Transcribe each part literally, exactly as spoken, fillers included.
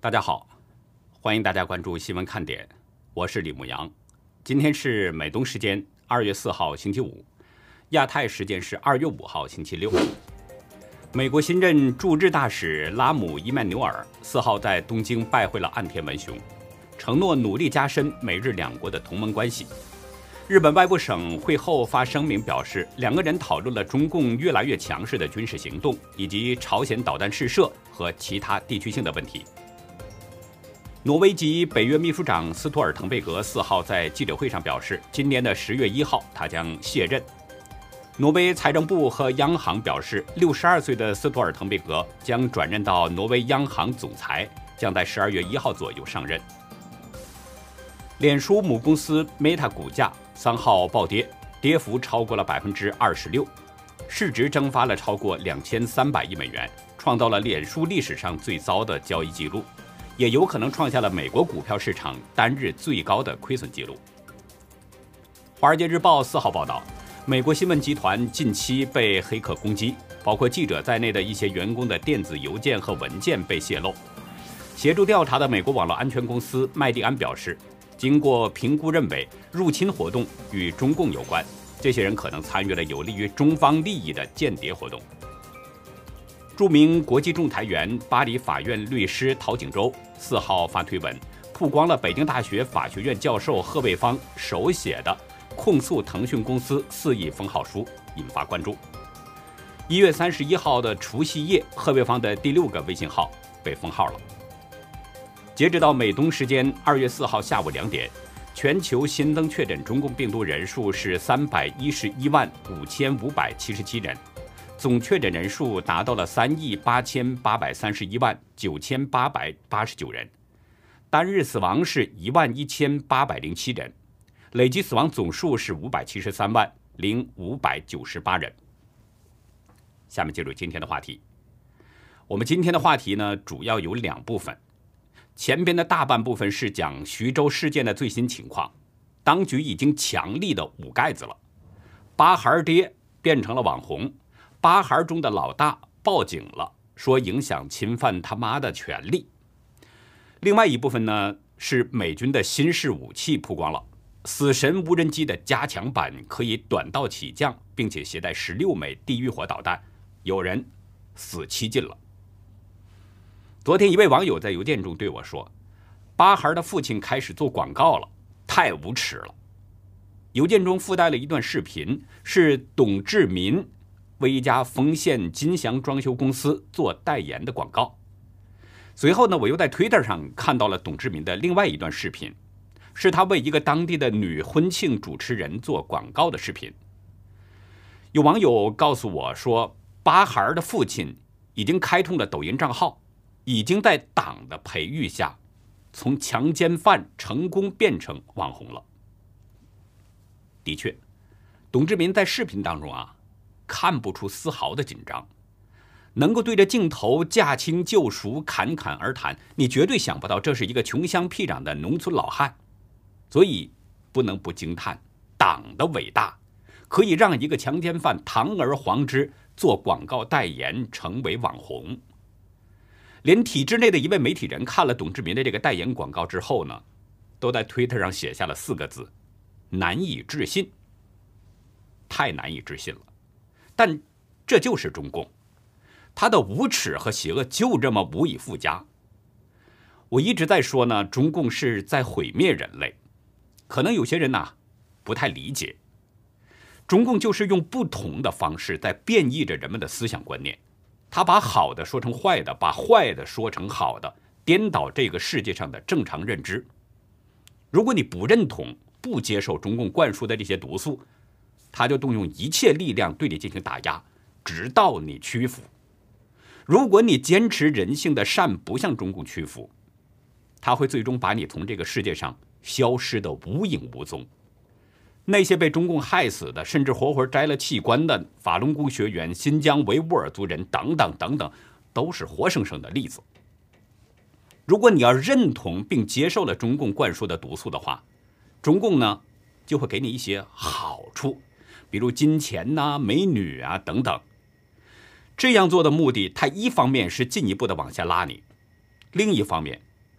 大家好，欢迎大家关注新闻看点，我是李牧阳。今天是美东时间二月四号星期五，亚太时间是二月五号星期六。美国新任驻日大使拉姆伊曼纽尔四号在东京拜会了岸田文雄，承诺努力加深美日两国的同盟关系。日本外务省会后发声明表示，两个人讨论了中共越来越强势的军事行动，以及朝鲜导弹试射和其他地区性的问题。挪威籍北约秘书长斯托尔滕贝格四号在记者会上表示，今年的十月一号他将卸任。挪威财政部和央行表示，六十二岁的斯托尔滕贝格将转任到挪威央行总裁，将在十二月一号左右上任。脸书母公司 Meta 股价三号暴跌，跌幅超过了百分之二十六，市值蒸发了超过两千三百亿美元，创造了脸书历史上最糟的交易记录，也有可能创下了美国股票市场单日最高的亏损记录。华尔街日报四号报道，美国新闻集团近期被黑客攻击，包括记者在内的一些员工的电子邮件和文件被泄露。协助调查的美国网络安全公司麦蒂安表示，经过评估认为入侵活动与中共有关，这些人可能参与了有利于中方利益的间谍活动。著名国际仲裁员、巴黎法院律师陶景洲四号发推文，曝光了北京大学法学院教授贺卫方手写的控诉腾讯公司四亿封号书，引发关注。一月三十一号的除夕夜，贺卫方的第六个微信号被封号了。截止到美东时间二月四号下午两点，全球新增确诊中共病毒人数是三百一十一万五千五百七十七人。总确诊人数达到了三亿八千八百三十一万九千八百八十九人，单日死亡是一万一千八百零七人，累计死亡总数是五百七十三万零五百九十八人。下面进入今天的话题。我们今天的话题呢，主要有两部分。前边的大半部分是讲徐州事件的最新情况，当局已经强力的捂盖子了，八孩爹变成了网红。八孩中的老大报警了，说影响侵犯他妈的权利。另外一部分呢，是美军的新式武器曝光了，死神无人机的加强版可以短道起降，并且携带十六枚地狱火导弹，有人死期尽了。昨天一位网友在邮件中对我说，八孩的父亲开始做广告了，太无耻了。邮件中附带了一段视频，是董志民为一家丰县金祥装修公司做代言的广告。随后呢，我又在 Twitter 上看到了董志民的另外一段视频，是他为一个当地的女婚庆主持人做广告的视频。有网友告诉我说，八孩的父亲已经开通了抖音账号，已经在党的培育下，从强奸犯成功变成网红了。的确，董志民在视频当中啊，看不出丝毫的紧张，能够对着镜头驾轻就熟、侃侃而谈，你绝对想不到这是一个穷乡僻壤的农村老汉。所以不能不惊叹党的伟大，可以让一个强奸犯堂而皇之做广告代言，成为网红。连体制内的一位媒体人看了董志民的这个代言广告之后呢，都在推特上写下了四个字：难以置信。太难以置信了。但这就是中共，他的无耻和邪恶就这么无以复加。我一直在说呢，中共是在毁灭人类。可能有些人呢不太理解，中共就是用不同的方式在变异着人们的思想观念。他把好的说成坏的，把坏的说成好的，颠倒这个世界上的正常认知。如果你不认同、不接受中共灌输的这些毒素，他就动用一切力量对你进行打压，直到你屈服。如果你坚持人性的善，不向中共屈服，他会最终把你从这个世界上消失得无影无踪。那些被中共害死的，甚至活活摘了器官的法轮功学员、新疆维吾尔族人等等等等，都是活生生的例子。如果你要认同并接受了中共灌输的毒素的话，中共呢就会给你一些好处，比如金钱呐、美女啊等等。这样做的目的，它一方面是进一步的往下拉你，另一方面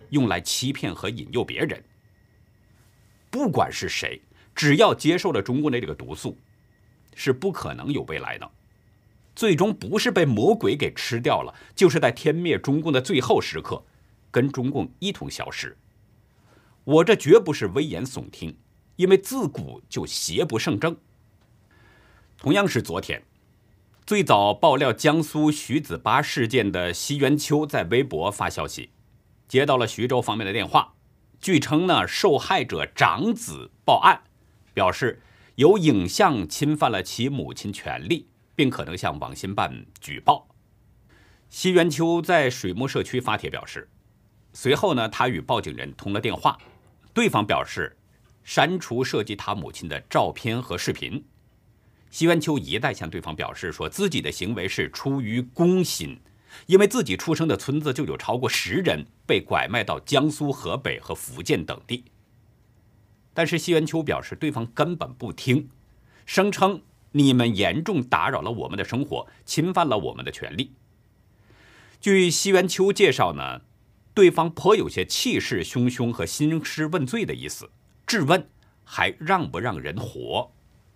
用来欺骗和引诱别人。不管是谁，只要接受了中共的这个毒素，是不可能有未来的。最终不是被魔鬼给吃掉了，就是在天灭中共的最后时刻，跟中共一同消失。我这绝不是危言耸听，因为自古就邪不胜正。同样是昨天，最早爆料江苏徐子巴事件的西元秋在微博发消息，接到了徐州方面的电话，据称呢，受害者长子报案，表示有影像侵犯了其母亲权利，并可能向网信办举报。西元秋在水木社区发帖表示，随后呢，他与报警人通了电话，对方表示删除涉及他母亲的照片和视频。西元秋一再向对方表示说，自己的行为是出于公心，因为自己出生的村子就有超过十人被拐卖到江苏、河北和福建等地。但是西元秋表示，对方根本不听，声称你们严重打扰了我们的生活，侵犯了我们的权利。据西元秋介绍呢，对方颇有些气势汹汹和兴师问罪的意思，质问还让不让人活。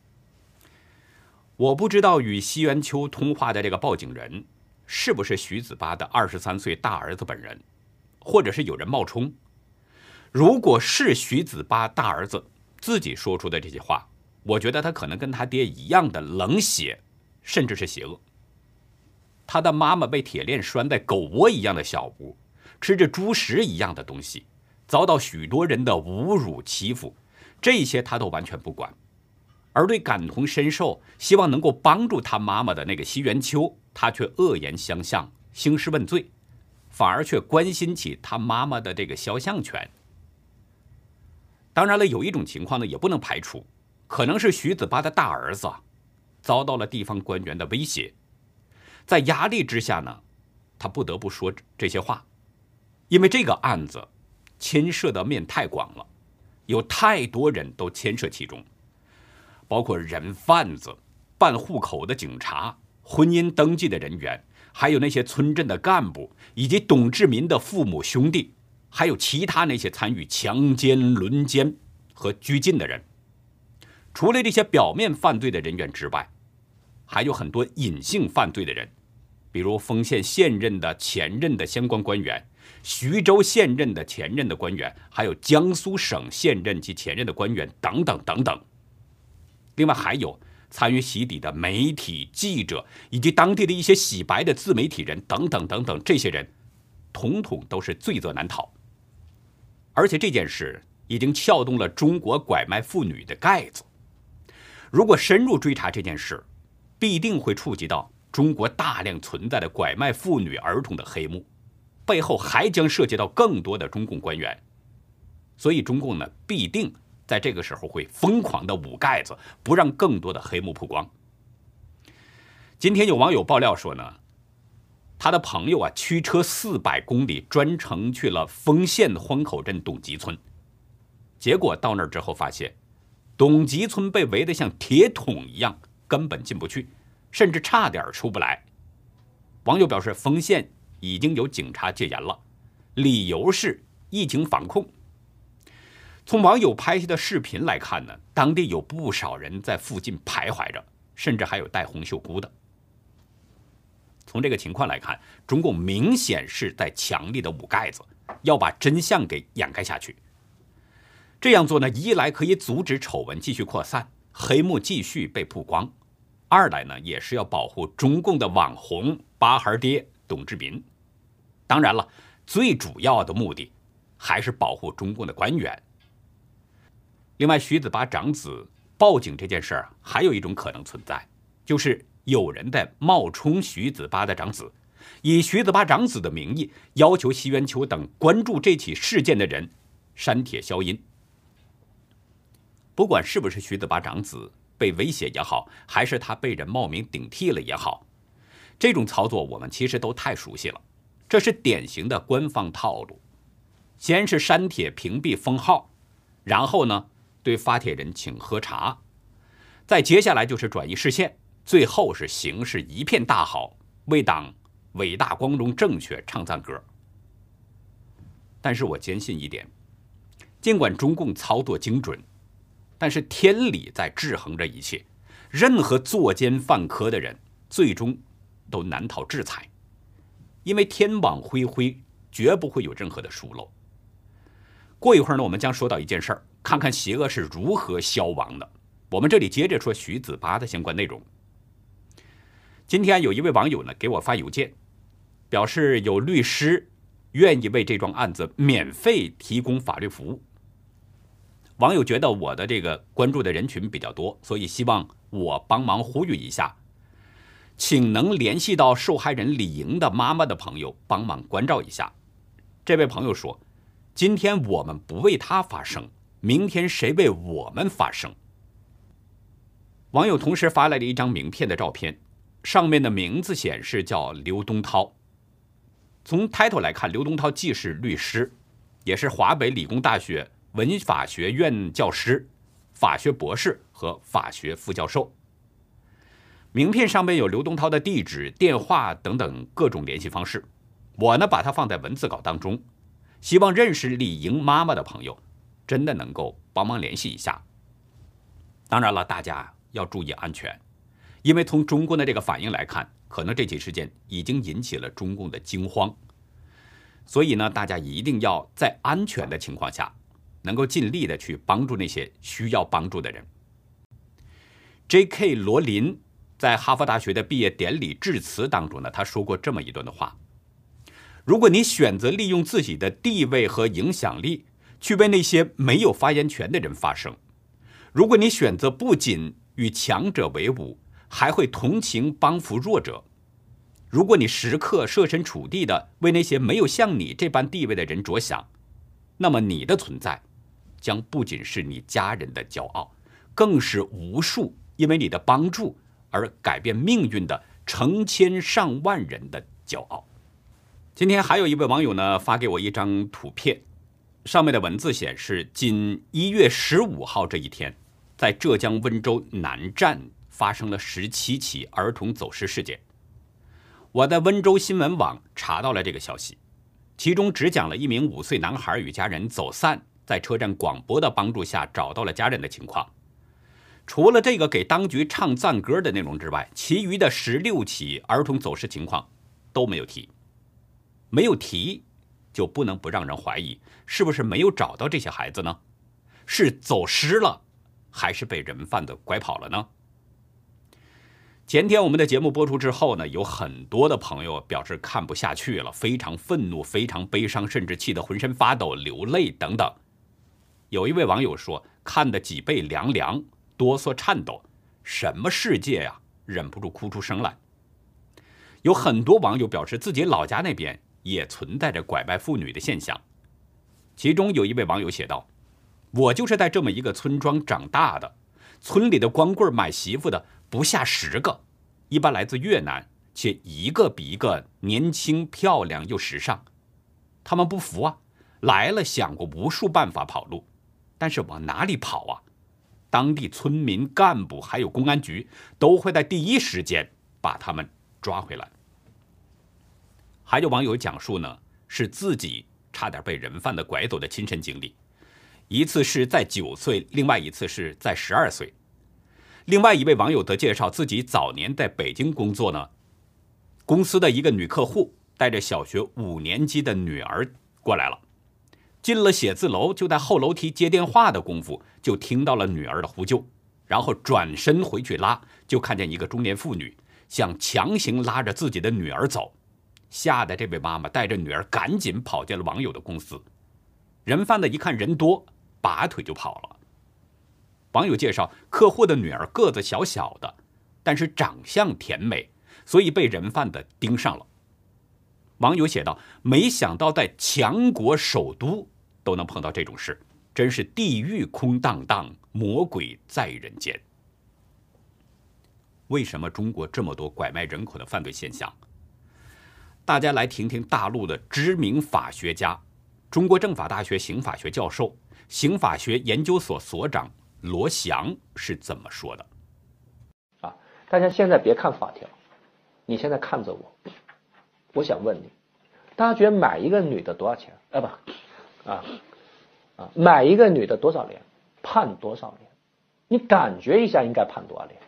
我不知道与西元秋通话的这个报警人是不是徐子巴的二十三岁大儿子本人，或者是有人冒充。如果是徐子巴大儿子自己说出的这些话，我觉得他可能跟他爹一样的冷血，甚至是邪恶。他的妈妈被铁链拴在狗窝一样的小屋，吃着猪食一样的东西，遭到许多人的侮辱欺负，这些他都完全不管。而对感同身受，希望能够帮助他妈妈的那个西元秋，他却恶言相向，兴师问罪，反而却关心起他妈妈的这个肖像权。当然了，有一种情况呢，也不能排除，可能是徐子巴的大儿子遭到了地方官员的威胁，在压力之下呢，他不得不说这些话。因为这个案子牵涉的面太广了，有太多人都牵涉其中，包括人贩子、办户口的警察、婚姻登记的人员，还有那些村镇的干部，以及董志民的父母兄弟，还有其他那些参与强奸、轮奸和拘禁的人。除了这些表面犯罪的人员之外，还有很多隐性犯罪的人，比如丰县现任的、前任的相关官员，徐州现任的、前任的官员，还有江苏省现任及前任的官员等等等等。另外还有参与洗底的媒体记者，以及当地的一些洗白的自媒体人等等等等，这些人统统都是罪责难逃。而且这件事已经撬动了中国拐卖妇女的盖子，如果深入追查这件事，必定会触及到中国大量存在的拐卖妇女儿童的黑幕，背后还将涉及到更多的中共官员。所以中共呢，必定在这个时候会疯狂的捂盖子，不让更多的黑幕曝光。今天有网友爆料说呢，他的朋友啊，驱车四百公里专程去了丰县荒口镇董集村，结果到那儿之后发现，董集村被围得像铁桶一样，根本进不去，甚至差点出不来。网友表示，丰县已经有警察戒严了，理由是疫情防控。从网友拍下的视频来看呢，当地有不少人在附近徘徊着，甚至还有戴红袖箍的。从这个情况来看，中共明显是在强力的捂盖子，要把真相给掩盖下去。这样做呢，一来可以阻止丑闻继续扩散，黑幕继续被曝光；二来呢，也是要保护中共的网红八孩爹董志民。当然了，最主要的目的还是保护中共的官员。另外，徐子巴长子报警这件事儿，还有一种可能存在，就是有人在冒充徐子巴的长子，以徐子巴长子的名义要求西元秋等关注这起事件的人删帖消音。不管是不是徐子巴长子被威胁也好，还是他被人冒名顶替了也好，这种操作我们其实都太熟悉了，这是典型的官方套路。先是删帖屏蔽封号，然后呢对发帖人请喝茶，再接下来就是转移视线，最后是形势一片大好，为党伟大光荣正确唱赞歌。 但是我坚信一点，尽管中共操作精准，但是天理在制衡着一切，任何作奸犯科的人最终都难逃制裁，因为天网恢恢，绝不会有任何的疏漏。过一会儿呢，我们将说到一件事儿，看看邪恶是如何消亡的。我们这里接着说徐子巴的相关内容。今天有一位网友呢给我发邮件，表示有律师愿意为这桩案子免费提供法律服务。网友觉得我的这个关注的人群比较多，所以希望我帮忙呼吁一下，请能联系到受害人李莹的妈妈的朋友帮忙关照一下。这位朋友说，今天我们不为他发声，明天谁为我们发声？网友同时发来了一张名片的照片，上面的名字显示叫刘东涛。从 title 来看，刘东涛既是律师，也是华北理工大学文法学院教师、法学博士和法学副教授。名片上面有刘东涛的地址、电话等等各种联系方式，我呢把它放在文字稿当中，希望认识李莹妈妈的朋友真的能够帮忙联系一下。当然了，大家要注意安全，因为从中共的这个反应来看，可能这起事件已经引起了中共的惊慌，所以呢，大家一定要在安全的情况下，能够尽力的去帮助那些需要帮助的人。J K 罗琳在哈佛大学的毕业典礼致辞当中呢，他说过这么一段的话：如果你选择利用自己的地位和影响力去为那些没有发言权的人发声，如果你选择不仅与强者为伍，还会同情帮扶弱者，如果你时刻设身处地的为那些没有像你这般地位的人着想，那么你的存在将不仅是你家人的骄傲，更是无数因为你的帮助而改变命运的成千上万人的骄傲。今天还有一位网友呢发给我一张图片，上面的文字显示，仅一月十五号这一天，在浙江温州南站发生了十七起儿童走失事件。我在温州新闻网查到了这个消息，其中只讲了一名五岁男孩与家人走散，在车站广播的帮助下找到了家人的情况。除了这个给当局唱赞歌的内容之外，其余的十六起儿童走失情况都没有提。没有提，就不能不让人怀疑，是不是没有找到这些孩子呢？是走失了，还是被人贩子拐跑了呢？前天我们的节目播出之后呢，有很多的朋友表示看不下去了，非常愤怒，非常悲伤，甚至气得浑身发抖、流泪等等。有一位网友说，看得脊背凉凉，哆嗦颤抖，什么世界呀，忍不住哭出声来。有很多网友表示自己老家那边也存在着拐卖妇女的现象。其中有一位网友写道，我就是在这么一个村庄长大的，村里的光棍买媳妇的不下十个，一般来自越南，且一个比一个年轻漂亮又时尚。他们不服啊，来了想过无数办法跑路，但是往哪里跑啊？当地村民、干部还有公安局都会在第一时间把他们抓回来。还有网友讲述呢，是自己差点被人贩子拐走的亲身经历，一次是在九岁，另外一次是在十二岁。另外一位网友则介绍自己早年在北京工作呢，公司的一个女客户带着小学五年级的女儿过来了，进了写字楼，就在后楼梯接电话的功夫，就听到了女儿的呼救，然后转身回去拉，就看见一个中年妇女想强行拉着自己的女儿走，吓得这位妈妈带着女儿赶紧跑进了网友的公司。人贩子一看人多，拔腿就跑了。网友介绍，客户的女儿个子小小的，但是长相甜美，所以被人贩子盯上了。网友写道，没想到在强国首都都能碰到这种事，真是地狱空荡荡，魔鬼在人间。为什么中国这么多拐卖人口的犯罪现象？大家来听听大陆的知名法学家、中国政法大学刑法学教授、刑法学研究所所长罗翔是怎么说的。 啊，大家现在别看法条，你现在看着我，我想问你，大家觉得买一个女的多少钱？啊不， 啊啊，买一个女的多少年，判多少年？你感觉一下应该判多少年？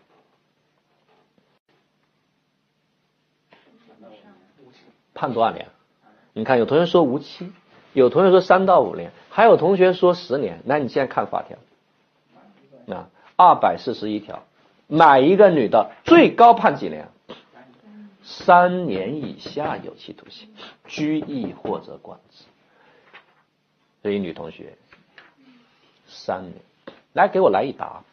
判多少年？你看有同学说无期，有同学说三到五年，还有同学说十年。那你现在看法条，啊，二百四十一条，买一个女的最高判几年？三年以下有期徒刑、拘役或者管制。所以女同学，三年，来给我来一答，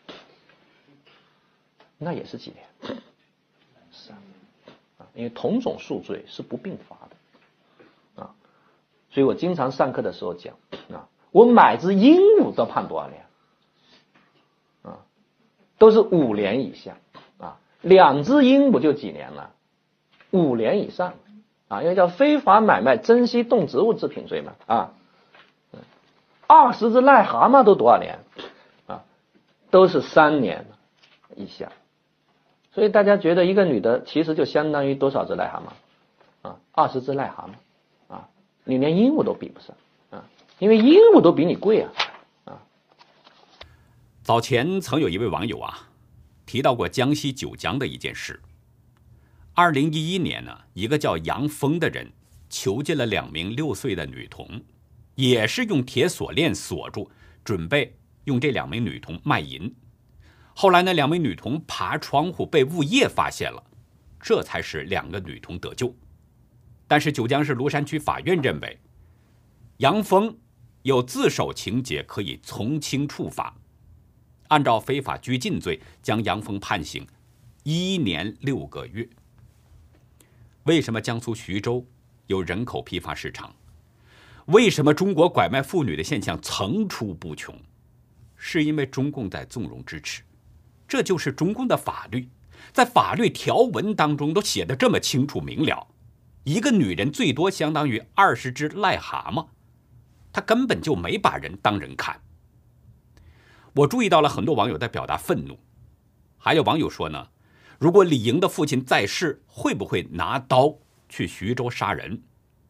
那也是几年？三年啊，因为同种数罪是不并罚的啊，所以我经常上课的时候讲啊，我买只鹦鹉都判多少年？啊，都是五年以下啊，两只鹦鹉就几年了？五年以上啊，因为叫非法买卖珍稀动植物制品罪嘛啊，二十只癞蛤蟆都多少年啊？都是三年以下。所以大家觉得一个女的其实就相当于多少只癞蛤蟆啊？二十只癞蛤蟆啊，你连鹦鹉都比不上啊，因为鹦鹉都比你贵啊啊！ 早前曾有一位网友啊提到过江西九江的一件事。二零一一年呢，一个叫杨峰的人囚禁了两名六岁的女童，也是用铁锁链锁住，准备用这两名女童卖淫。后来呢，两名女童爬窗户被物业发现了，这才使两个女童得救。但是九江市芦山区法院认为，杨峰有自首情节，可以从轻处罚，按照非法拘禁罪将杨峰判刑一年六个月。为什么江苏徐州有人口批发市场？为什么中国拐卖妇女的现象层出不穷？是因为中共在纵容支持，这就是中共的法律，在法律条文当中都写得这么清楚明了。一个女人最多相当于二十只癞蛤蟆，她根本就没把人当人看。我注意到了很多网友在表达愤怒，还有网友说呢，如果李莹的父亲在世，会不会拿刀去徐州杀人？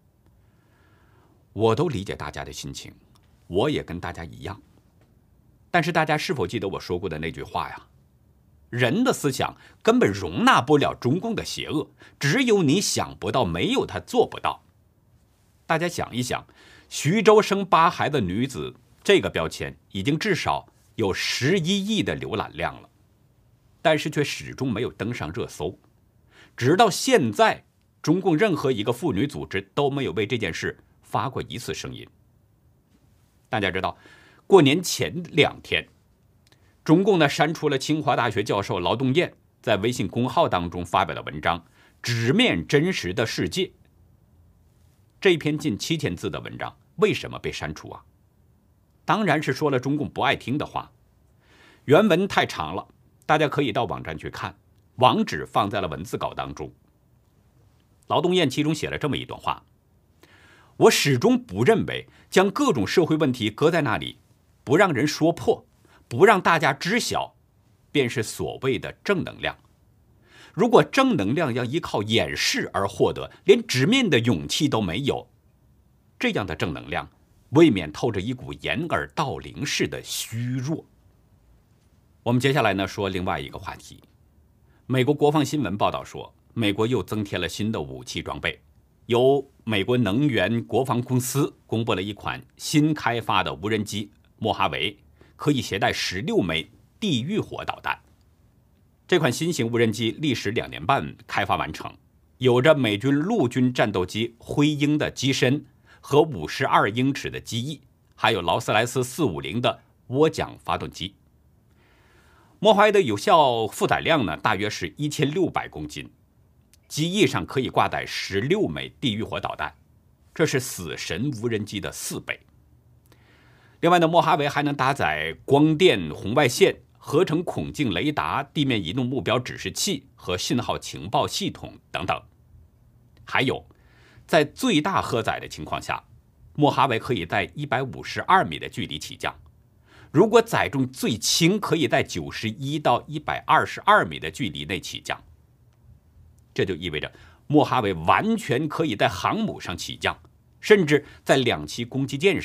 我都理解大家的心情，我也跟大家一样。但是大家是否记得我说过的那句话呀？人的思想根本容纳不了中共的邪恶，只有你想不到，没有他做不到。大家想一想，徐州生八孩的女子这个标签已经至少有十一亿的浏览量了，但是却始终没有登上热搜。直到现在，中共任何一个妇女组织都没有为这件事发过一次声音。大家知道，过年前两天，中共呢删除了清华大学教授劳动燕在微信公号当中发表的文章《直面真实的世界》。这篇近七千字的文章为什么被删除啊？当然是说了中共不爱听的话。原文太长了，大家可以到网站去看，网址放在了文字稿当中。劳动燕其中写了这么一段话：我始终不认为将各种社会问题搁在那里，不让人说破，不让大家知晓，便是所谓的正能量。如果正能量要依靠掩饰而获得，连直面的勇气都没有，这样的正能量未免透着一股掩耳盗铃式的虚弱。我们接下来呢说另外一个话题。美国国防新闻报道说，美国又增添了新的武器装备。由美国能源国防公司公布了一款新开发的无人机莫哈维，可以携带十六枚地狱火导弹。这款新型无人机历时两年半开发完成，有着美军陆军战斗机灰鹰的机身和五十二英尺的机翼，还有劳斯莱斯四五零的涡桨发动机。莫哈维的有效负载量呢，大约是一千六百公斤。机翼上可以挂载十六枚地狱火导弹，这是死神无人机的四倍。另外呢，莫哈维还能搭载光电红外线、合成孔径雷达、地面移动目标指示器和信号情报系统等等。还有，在最大荷载的情况下，莫哈维可以在一百五十二米的距离起降。如果载重最轻，可以在九十一到一百二十二米的距离内起降。这就意味着莫哈维完全可以在航母上起降，甚至在两栖攻击舰上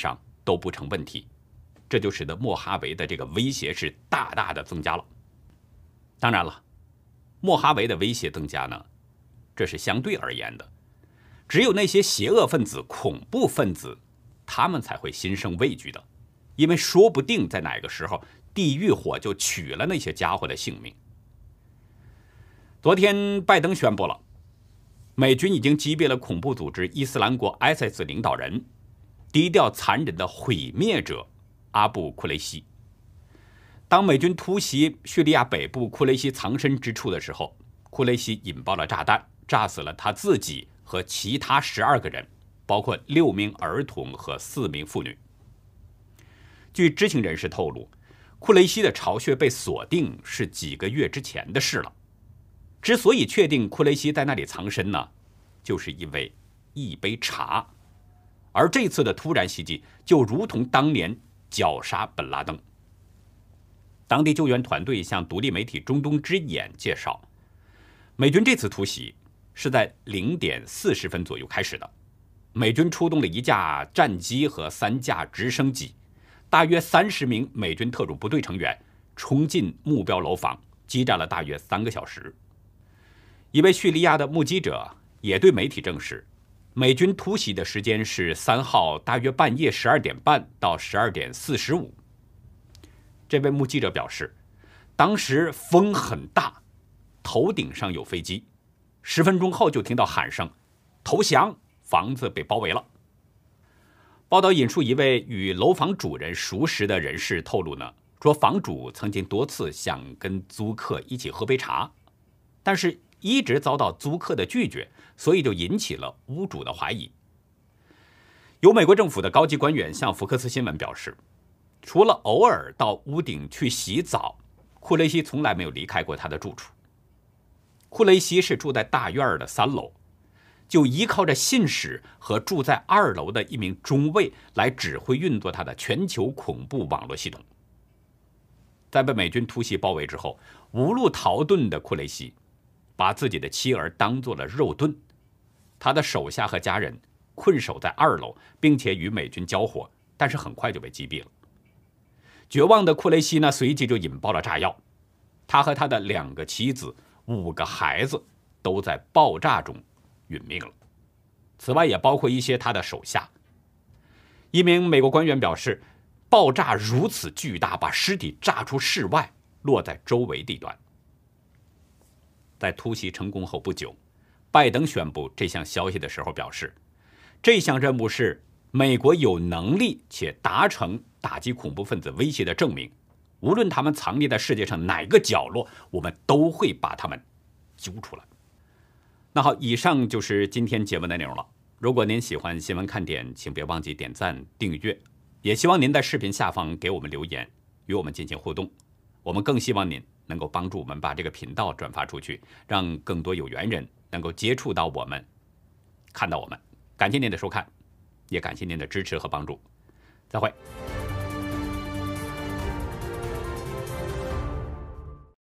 都不成问题，这就使得莫哈维的这个威胁是大大的增加了。当然了，莫哈维的威胁增加呢，这是相对而言的，只有那些邪恶分子、恐怖分子，他们才会心生畏惧的，因为说不定在哪个时候，地狱火就取了那些家伙的性命。昨天拜登宣布了，美军已经击毙了恐怖组织伊斯兰国 I S I S 领导人、低调残忍的毁灭者阿布库雷西。当美军突袭叙利亚北部库雷西藏身之处的时候，库雷西引爆了炸弹，炸死了他自己和其他十二个人，包括六名儿童和四名妇女。据知情人士透露，库雷西的巢穴被锁定是几个月之前的事了。之所以确定库雷西在那里藏身呢，就是因为一杯茶。而这次的突然袭击就如同当年绞杀本拉登。当地救援团队向独立媒体中东之眼介绍，美军这次突袭是在零点四十分左右开始的。美军出动了一架战机和三架直升机，大约三十名美军特种部队成员冲进目标楼房，激战了大约三个小时。一位叙利亚的目击者也对媒体证实，美军突袭的时间是三号大约半夜十二点半到十二点四十五。这位目击者表示，当时风很大，头顶上有飞机，十分钟后就听到喊声投降，房子被包围了。报道引述一位与楼房主人熟识的人士透露呢，说房主曾经多次想跟租客一起喝杯茶，但是一直遭到租客的拒绝，所以就引起了屋主的怀疑。有美国政府的高级官员向福克斯新闻表示，除了偶尔到屋顶去洗澡，库雷西从来没有离开过他的住处。库雷西是住在大院的三楼，就依靠着信使和住在二楼的一名中尉来指挥运作他的全球恐怖网络系统。在被美军突袭包围之后，无路逃遁的库雷西把自己的妻儿当作了肉盾，他的手下和家人困守在二楼，并且与美军交火，但是很快就被击毙了。绝望的库雷西呢，随即就引爆了炸药，他和他的两个妻子、五个孩子都在爆炸中殒命了。此外，也包括一些他的手下。一名美国官员表示，爆炸如此巨大，把尸体炸出室外，落在周围地段。在突袭成功后不久，拜登宣布这项消息的时候表示，这项任务是美国有能力且达成打击恐怖分子威胁的证明，无论他们藏匿在世界上哪个角落，我们都会把他们揪出来。那好，以上就是今天节目的内容了。如果您喜欢新闻看点，请别忘记点赞、订阅，也希望您在视频下方给我们留言，与我们进行互动。我们更希望您能够帮助我们把这个频道转发出去，让更多有缘人能够接触到我们，看到我们。感谢您的收看，也感谢您的支持和帮助。再会。